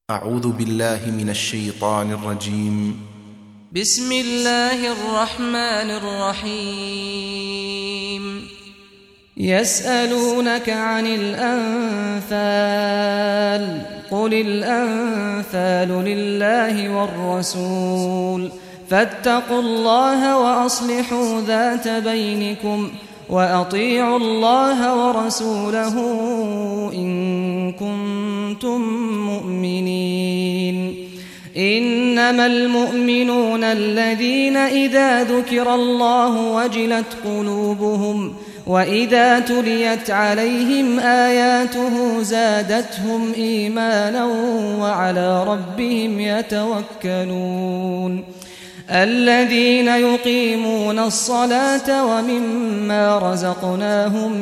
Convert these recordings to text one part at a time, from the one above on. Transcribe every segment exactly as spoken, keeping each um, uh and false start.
أعوذ بالله من الشيطان الرجيم. بسم الله الرحمن الرحيم. يسألونك عن الأنفال قل الأنفال لله والرسول فاتقوا الله وأصلحوا ذات بينكم وأطيعوا الله ورسوله إن كنتم مؤمنين. إنما المؤمنون الذين إذا ذكر الله وجلت قلوبهم وإذا تليت عليهم آياته زادتهم إيمانا وعلى ربهم يتوكلون. الذين يقيمون الصلاة ومما رزقناهم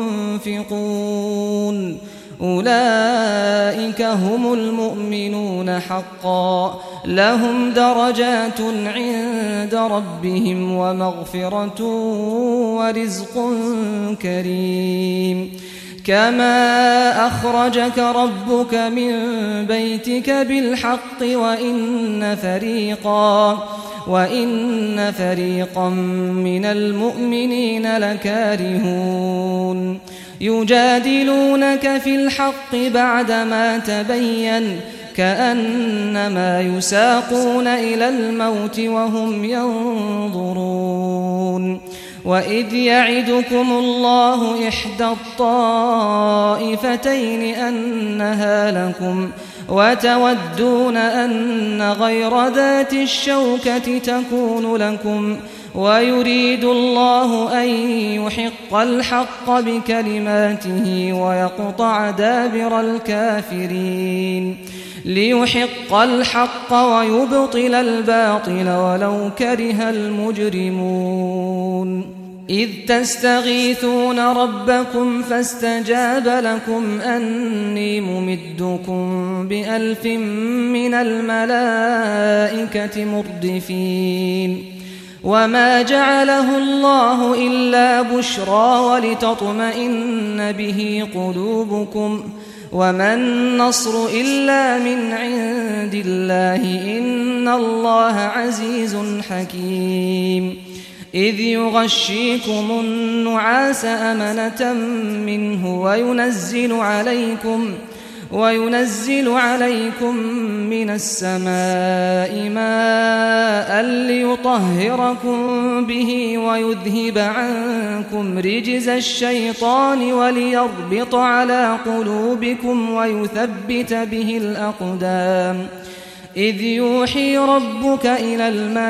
ينفقون أولئك هم المؤمنون حقا لهم درجات عند ربهم ومغفرة ورزق كريم. كما أخرجك ربك من بيتك بالحق وإن فريقا وإن فريقا من المؤمنين لكارهون يجادلونك في الحق بعدما تبين كأنما يساقون إلى الموت وهم ينظرون. وإذ يعدكم الله إحدى الطائفتين أنها لكم وتودون أن غير ذات الشوكة تكون لكم ويريد الله أن يحق الحق بكلماته ويقطع دابر الكافرين ليحق الحق ويبطل الباطل ولو كره المجرمون. إذ تستغيثون ربكم فاستجاب لكم أني ممدكم بألف من الملائكة مردفين. وما جعله الله إلا بشرى ولتطمئن به قلوبكم وما النصر إلا من عند الله إن الله عزيز حكيم. إذ يغشيكم النعاس أمنة منه وينزل عليكم وينزل عليكم من السماء ماء ليطهركم به ويذهب عنكم رجز الشيطان وليربط على قلوبكم ويثبت به الأقدام. إذ يوحي ربك إلى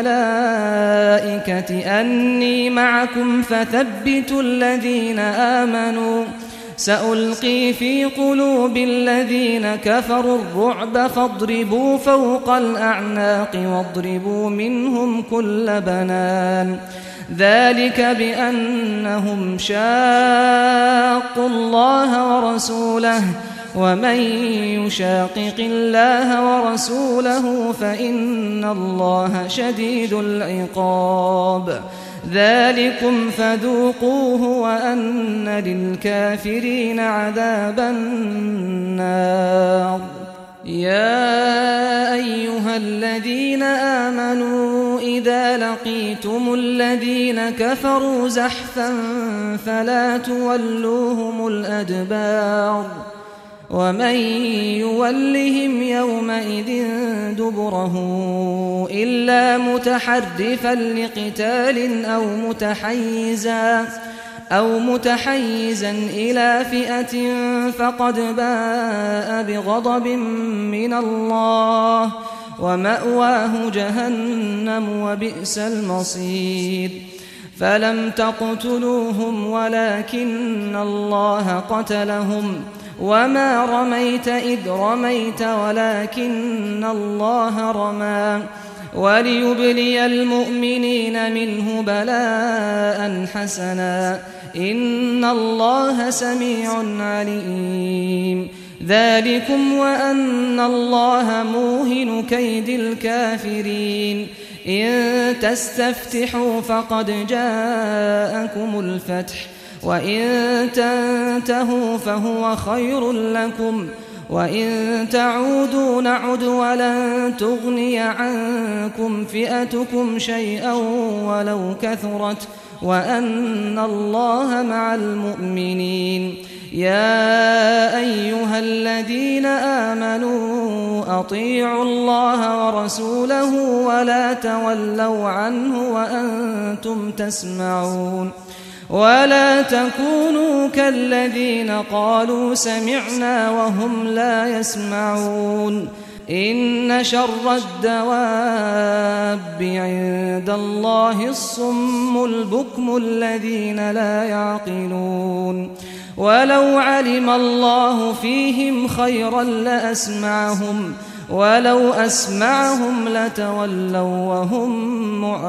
الملائكة أني معكم فثبتوا الذين آمنوا سألقي في قلوب الذين كفروا الرعب فاضربوا فوق الأعناق واضربوا منهم كل بنان. ذلك بأنهم شاقوا الله ورسوله ومن يشاقق الله ورسوله فإن الله شديد العقاب. ذلكم فذوقوه وأن للكافرين عذاب النار. يا أيها الذين آمنوا إذا لقيتم الذين كفروا زحفا فلا تولوهم الأدبار ومن يولهم يومئذ دبره إلا متحرفا لقتال أو متحيزا أو متحيزا إلى فئة فقد باء بغضب من الله ومأواه جهنم وبئس المصير. فلم تقتلوهم ولكن الله قتلهم وما رميت إذ رميت ولكن الله رمى وليبلي المؤمنين منه بلاء حسنا إن الله سميع عليم. ذلكم وأن الله موهن كيد الكافرين. إن تستفتحوا فقد جاءكم الفتح وإن تنتهوا فهو خير لكم وإن تعودوا نعد ولن تغني عنكم فئتكم شيئا ولو كثرت وأن الله مع المؤمنين يا أيها الذين آمنوا أطيعوا الله ورسوله ولا تولوا عنه وأنتم تسمعون ولا تكونوا كالذين قالوا سمعنا وهم لا يسمعون إن شر الدواب عند الله الصم البكم الذين لا يعقلون ولو علم الله فيهم خيرا لأسمعهم ولو أسمعهم لتولوا وهم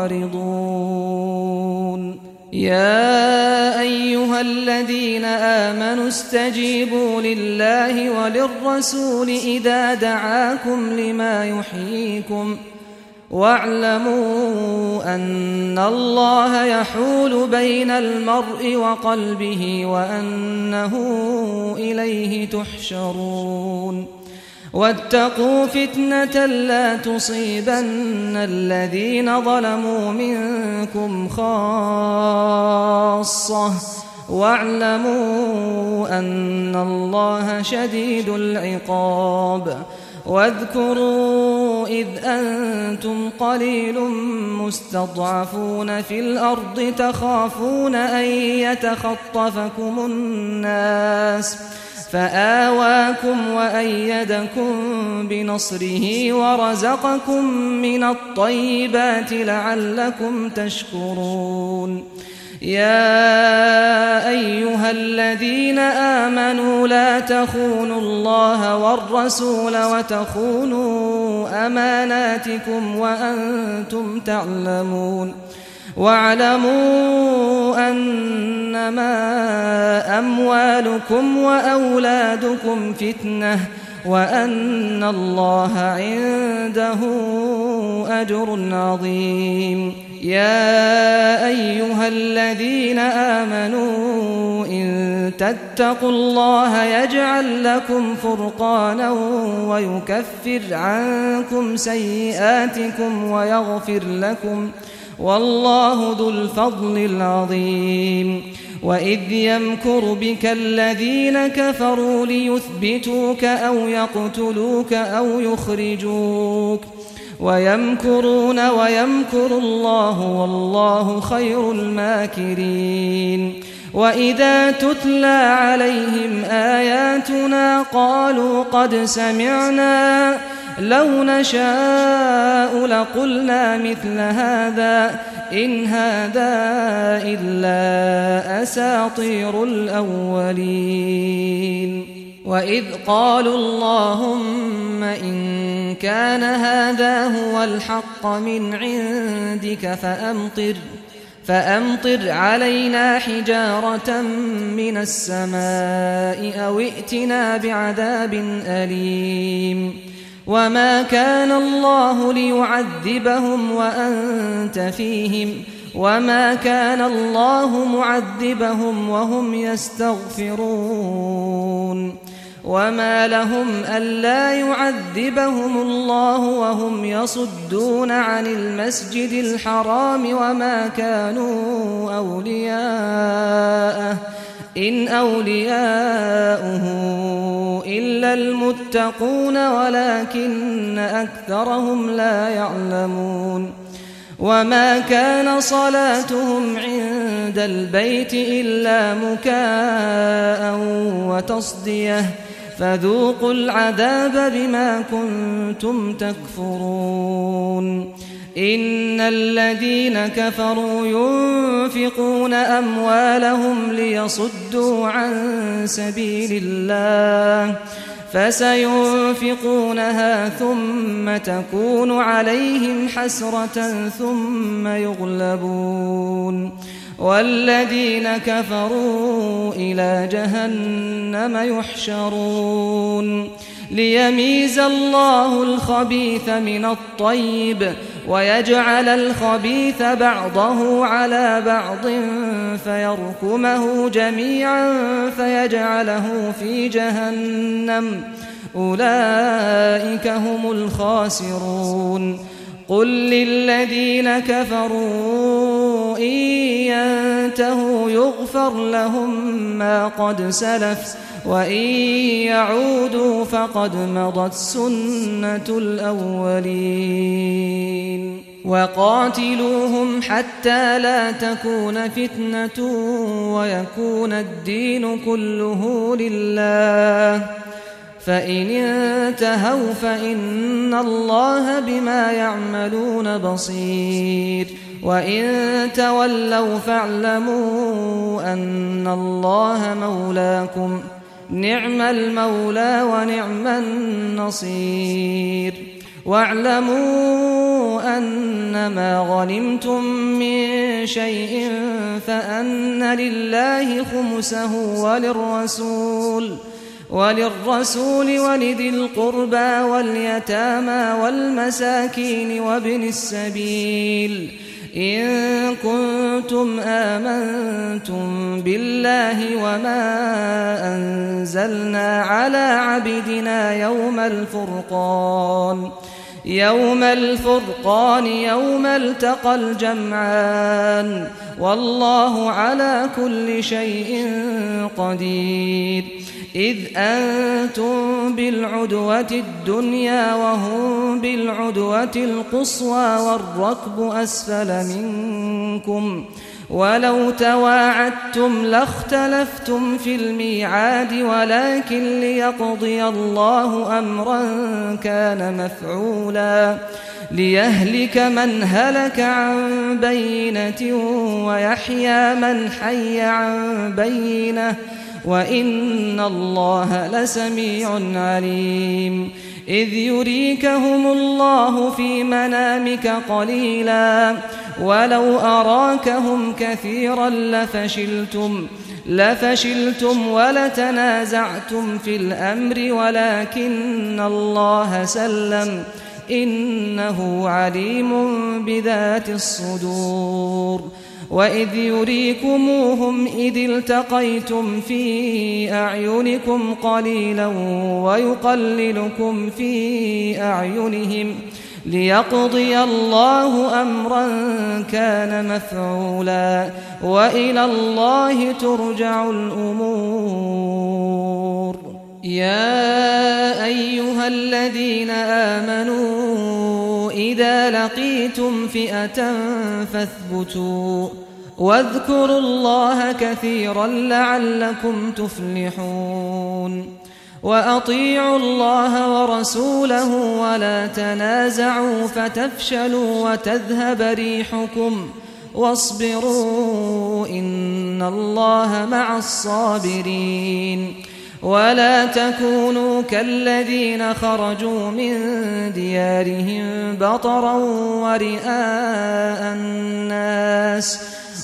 معرضون يا أيها الذين آمنوا استجيبوا لله وللرسول إذا دعاكم لما يحييكم واعلموا أن الله يحول بين المرء وقلبه وأنه إليه تحشرون واتقوا فتنة لا تصيبن الذين ظلموا منكم خاصة واعلموا أن الله شديد العقاب واذكروا إذ أنتم قليل مستضعفون في الأرض تخافون أن يتخطفكم الناس فآواكم وأيدكم بنصره ورزقكم من الطيبات لعلكم تشكرون يا أيها الذين آمنوا لا تخونوا الله والرسول وتخونوا أماناتكم وأنتم تعلمون واعلموا أنما أموالكم وأولادكم فتنة وأن الله عنده أجر عظيم يا أيها الذين آمنوا إن تتقوا الله يجعل لكم فرقانا ويكفر عنكم سيئاتكم ويغفر لكم والله ذو الفضل العظيم وإذ يمكر بك الذين كفروا ليثبتوك أو يقتلوك أو يخرجوك ويمكرون ويمكر الله والله خير الماكرين وإذا تتلى عليهم آياتنا قالوا قد سمعنا لو نشاء لقلنا مثل هذا إن هذا إلا أساطير الأولين وإذ قالوا اللهم إن كان هذا هو الحق من عندك فأمطر فأمطر علينا حجارة من السماء أو ائتنا بعذاب أليم وما كان الله ليعذبهم وأنت فيهم وما كان الله معذبهم وهم يستغفرون وما لهم ألا يعذبهم الله وهم يصدون عن المسجد الحرام وما كانوا أولياءه إن أولياؤه إلا المتقون ولكن أكثرهم لا يعلمون وما كان صلاتهم عند البيت إلا مكاء وتصدية فذوقوا العذاب بما كنتم تكفرون إن الذين كفروا ينفقون أموالهم ليصدوا عن سبيل الله فسينفقونها ثم تكون عليهم حسرة ثم يغلبون والذين كفروا إلى جهنم يحشرون ليميز الله الخبيث من الطيب ويجعل الخبيث بعضه على بعض فيركمه جميعا فيجعله في جهنم أولئك هم الخاسرون قل للذين كفروا إن ينتهوا يغفر لهم ما قد سلف وإن يعودوا فقد مضت سنة الأولين وقاتلوهم حتى لا تكون فتنة ويكون الدين كله لله فإن انتهوا فإن الله بما يعملون بصير وإن تولوا فاعلموا أن الله مولاكم نعم المولى ونعم النصير واعلموا أنما غنمتم من شيء فأن لله خمسه وللرسول وللرسول ولذي القربى واليتامى والمساكين وابن السبيل إن كنتم آمنتم بالله وما أنزلنا على عبدنا يوم الفرقان يوم الفرقان يوم التقى الجمعان والله على كل شيء قدير إذ أنتم بالعدوة الدنيا وهم بالعدوة القصوى والركب أسفل منكم ولو تواعدتم لاختلفتم في الميعاد ولكن ليقضي الله أمرا كان مفعولا ليهلك من هلك عن بينة ويحيى من حي عن بينة وإن الله لسميع عليم إذ يريكهم الله في منامك قليلا ولو أراكهم كثيرا لفشلتم لفشلتم ولتنازعتم في الأمر ولكن الله سلم إنه عليم بذات الصدور وإذ يريكموهم إذ التقيتم في أعينكم قليلا ويقللكم في أعينهم ليقضي الله أمرا كان مفعولا وإلى الله ترجع الأمور يا أيها الذين آمنوا إذا لقيتم فئة فاثبتوا واذكروا الله كثيرا لعلكم تفلحون وأطيعوا الله ورسوله ولا تنازعوا فتفشلوا وتذهب ريحكم واصبروا إن الله مع الصابرين ولا تكونوا كالذين خرجوا من ديارهم بطرا ورئاء الناس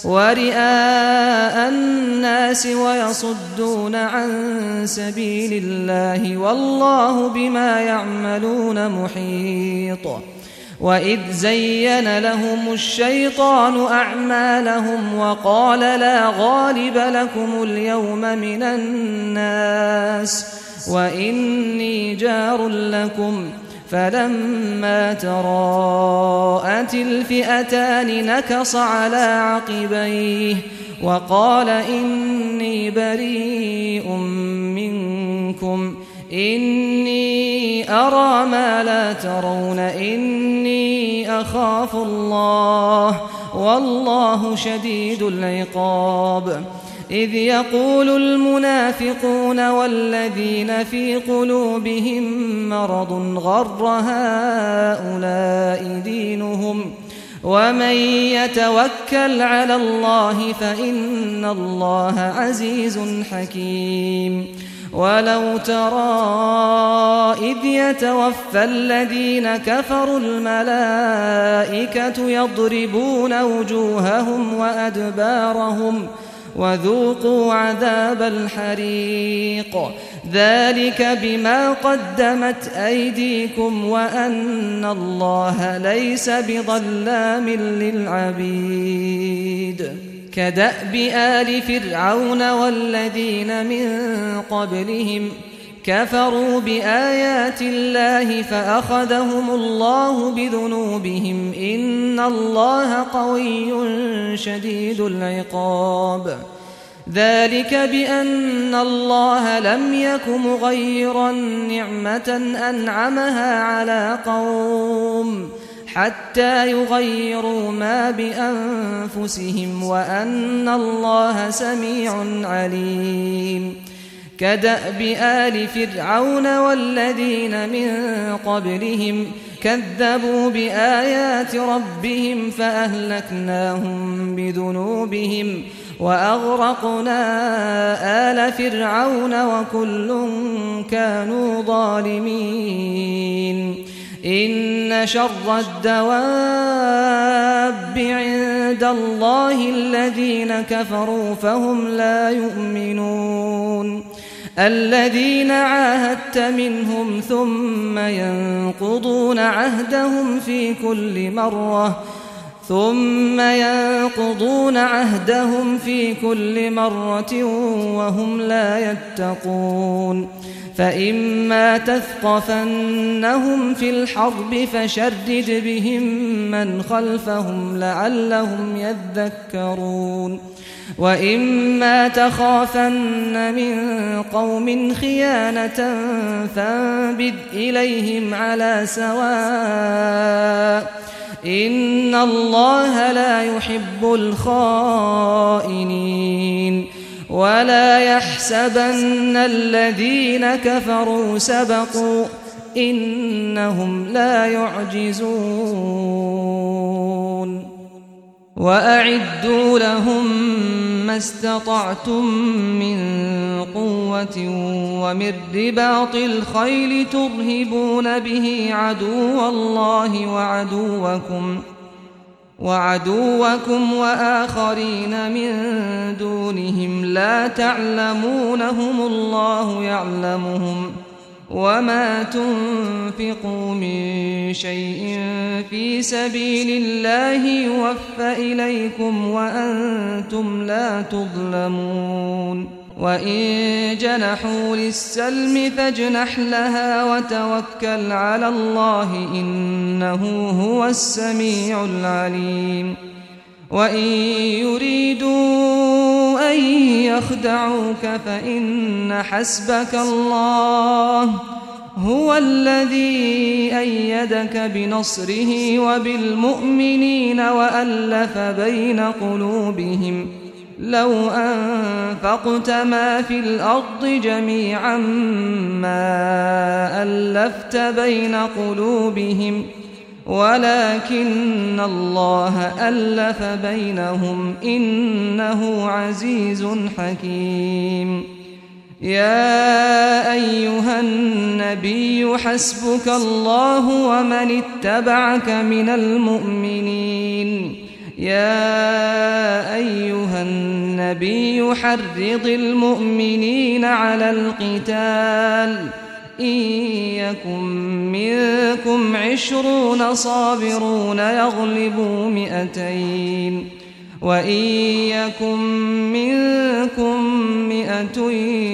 ورئاء الناس ويصدون عن سبيل الله والله بما يعملون محيط وإذ زين لهم الشيطان أعمالهم وقال لا غالب لكم اليوم من الناس وإني جار لكم فلما تراءت الفئتان نكص على عقبيه وقال إني بريء منكم إني أرى ما لا ترون إني أخاف الله والله شديد العقاب إذ يقول المنافقون والذين في قلوبهم مرض غر هؤلاء دينهم ومن يتوكل على الله فإن الله عزيز حكيم ولو ترى إذ يتوفى الذين كفروا الملائكة يضربون وجوههم وأدبارهم وذوقوا عذاب الحريق ذلك بما قدمت أيديكم وأن الله ليس بظلام للعبيد كدأب آل فرعون والذين من قبلهم كفروا بآيات الله فأخذهم الله بذنوبهم إن الله قوي شديد العقاب ذلك بأن الله لم يك مغيرا نعمة أنعمها على قوم حتى يغيروا ما بأنفسهم وأن الله سميع عليم كدأب آل فرعون والذين من قبلهم كذبوا بآيات ربهم فأهلكناهم بذنوبهم وأغرقنا آل فرعون وكل كانوا ظالمين إن شر الدواب عند الله الذين كفروا فهم لا يؤمنون الذين عاهدت منهم ثم ينقضون عهدهم في كل مرة ثم ينقضون عهدهم في كل مرة وهم لا يتقون فإما تثقفنهم في الحرب فشرد بهم من خلفهم لعلهم يذكرون وإما تخافن من قوم خيانة فانبذ إليهم على سواء إن الله لا يحب الخائنين ولا يحسبن الذين كفروا سبقوا إنهم لا يعجزون وأعدوا لهم ما استطعتم من قوة ومن رباط الخيل ترهبون به عدو الله وعدوكم وعدوكم وآخرين من دونهم لا تعلمونهم الله يعلمهم وما تنفقوا من شيء في سبيل الله يوفى إليكم وأنتم لا تظلمون وإن جنحوا للسلم فاجنح لها وتوكل على الله إنه هو السميع العليم وإن يريدوا أن يخدعوك فإن حسبك الله هو الذي أيدك بنصره وبالمؤمنين وألف بين قلوبهم لو أنفقت ما في الأرض جميعا ما ألفت بين قلوبهم ولكن الله ألف بينهم إنه عزيز حكيم يا أيها النبي حسبك الله ومن اتبعك من المؤمنين يا أيها النبي حرض المؤمنين على القتال إن يكن منكم عشرون صابرون يغلبوا مئتين وإن يكن منكم مئة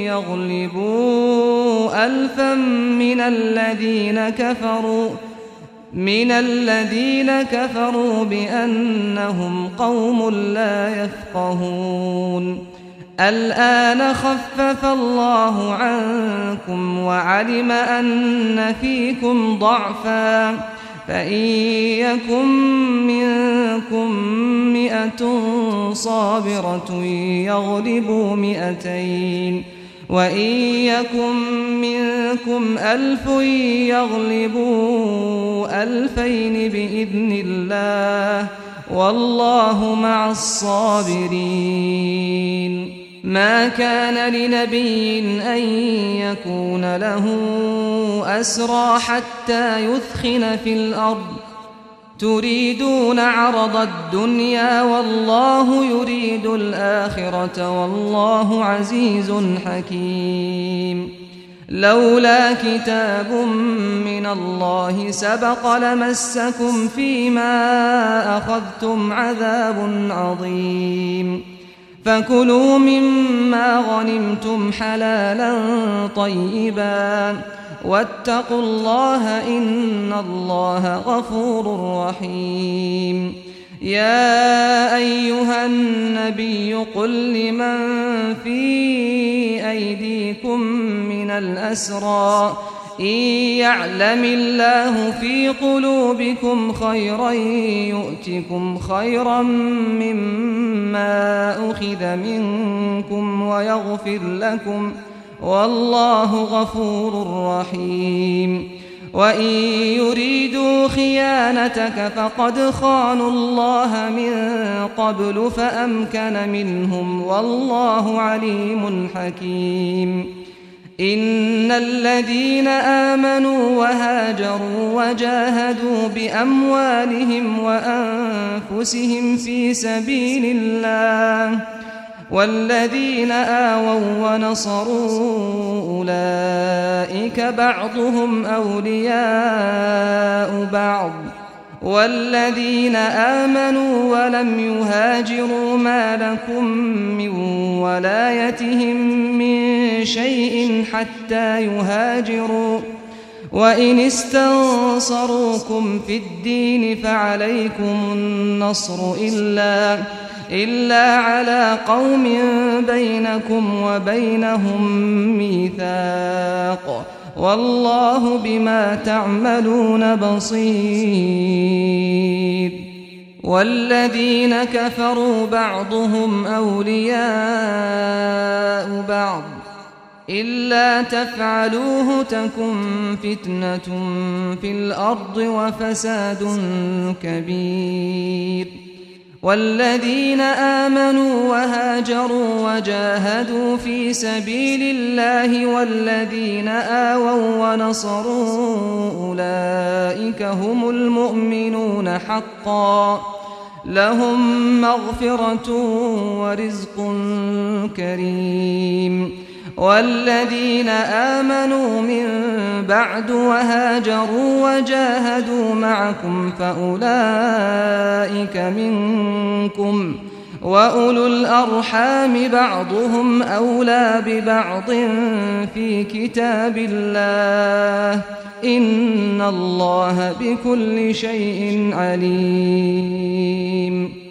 يغلبوا ألفا من الذين كفروا من الذين كفروا بأنهم قوم لا يفقهون الآن خفف الله عنكم وعلم أن فيكم ضعفا فإن يكن منكم مئة صابرة يغلبوا مئتين وإن يكن منكم ألف يغلبوا ألفين بإذن الله والله مع الصابرين ما كان لنبي أن يكون له أسرى حتى يثخن في الأرض تريدون عرض الدنيا والله يريد الآخرة والله عزيز حكيم لولا كتاب من الله سبق لمسكم فيما أخذتم عذاب عظيم فكلوا مما غنمتم حلالا طيبا واتقوا الله إن الله غفور رحيم. يا أيها النبي قل لمن في أيديكم من الأسرى إن يعلم الله في قلوبكم خيرا يؤتكم خيرا مما أخذ منكم ويغفر لكم والله غفور رحيم. وإن يريدوا خيانتك فقد خانوا الله من قبل فأمكن منهم والله عليم حكيم. إن الذين آمنوا وهاجروا وجاهدوا بأموالهم وأنفسهم في سبيل الله والذين آووا ونصروا أولئك بعضهم أولياء بعض والذين آمنوا ولم يهاجروا ما لكم من ولايتهم من شيء حتى يهاجروا وإن استنصروكم في الدين فعليكم النصر إلا إلا على قوم بينكم وبينهم ميثاق والله بما تعملون بصير. والذين كفروا بعضهم أولياء بعض إلا تفعلوه تكن فتنة في الأرض وفساد كبير. والذين آمنوا وهاجروا وجاهدوا في سبيل الله والذين آووا ونصروا أولئك هم المؤمنون حقا لهم مغفرة ورزق كريم. والذين آمنوا من بعد وهاجروا وجاهدوا معكم فأولئك منكم وأولو الأرحام بعضهم أولى ببعض في كتاب الله إن الله بكل شيء عليم.